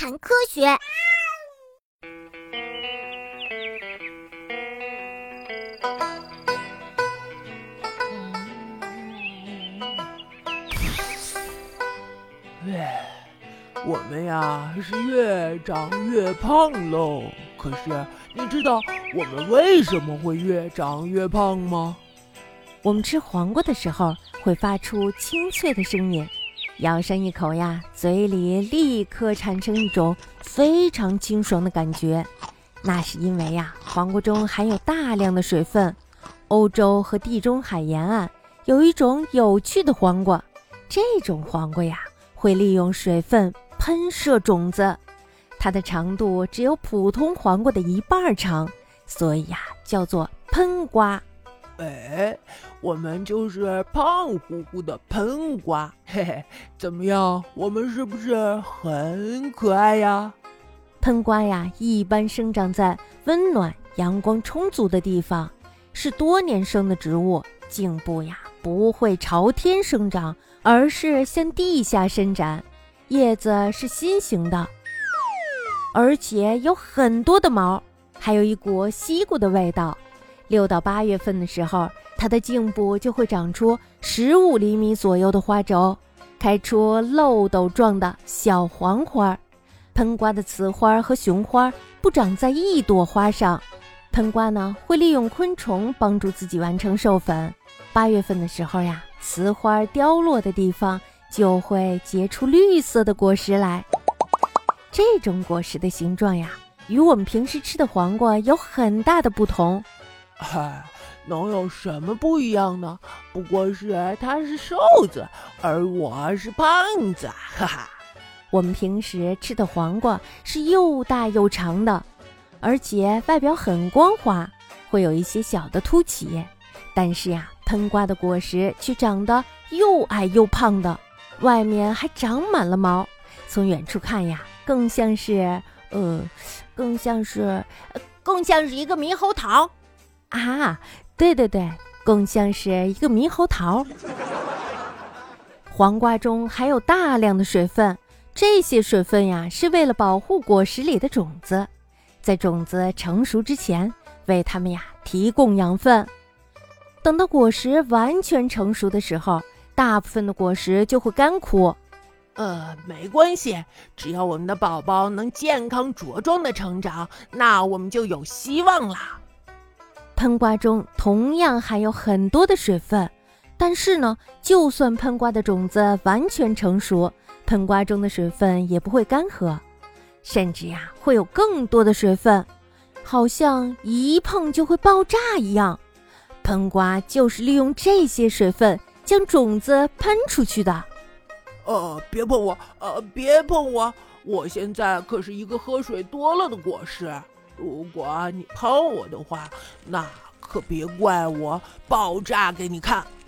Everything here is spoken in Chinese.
谈科学。 我们呀是越长越胖喽。可是你知道我们为什么会越长越胖吗？ 我们吃黄瓜的时候会发出清脆的声音，咬上一口呀，嘴里立刻产生一种非常清爽的感觉。那是因为呀，黄瓜中含有大量的水分。欧洲和地中海沿岸有一种有趣的黄瓜，这种黄瓜呀，会利用水分喷射种子，它的长度只有普通黄瓜的一半长，所以呀，叫做喷瓜。 我们就是胖乎乎的喷瓜，嘿嘿，怎么样？我们是不是很可爱呀？ 喷瓜呀，一般生长在温暖、阳光充足的地方，是多年生的植物，茎部呀不会朝天生长，而是向地下伸展，叶子是心形的，而且有很多的毛，还有一股西瓜的味道。6到8月份的时候，它的茎部就会长出15厘米左右的花轴，开出漏斗状的小黄花。喷瓜的雌花和雄花不长在一朵花上，喷瓜呢会利用昆虫帮助自己完成授粉。8月份的时候呀，雌花凋落的地方就会结出绿色的果实来。这种果实的形状呀，与我们平时吃的黄瓜有很大的不同。 能有什么不一样呢？不过是它是瘦子，而我是胖子，哈哈。 我们平时吃的黄瓜是又大又长的，而且外表很光滑，会有一些小的凸起。但是呀，喷瓜的果实却长得又矮又胖的，外面还长满了毛。从远处看呀，更像是一个猕猴桃啊！对，更像是一个猕猴桃。黄瓜中含有大量的水分，这些水分呀，是为了保护果实里的种子，在种子成熟之前，为它们呀提供养分。等到果实完全成熟的时候，大部分的果实就会干枯。 没关系，只要我们的宝宝能健康茁壮的成长，那我们就有希望啦。 喷瓜中同样含有很多的水分，但是呢，就算喷瓜的种子完全成熟，喷瓜中的水分也不会干涸，甚至呀会有更多的水分，好像一碰就会爆炸一样。喷瓜就是利用这些水分将种子喷出去的。 别碰我，别碰我！我现在可是一个喝水多了的果实。如果你碰我的话，那可别怪我爆炸给你看。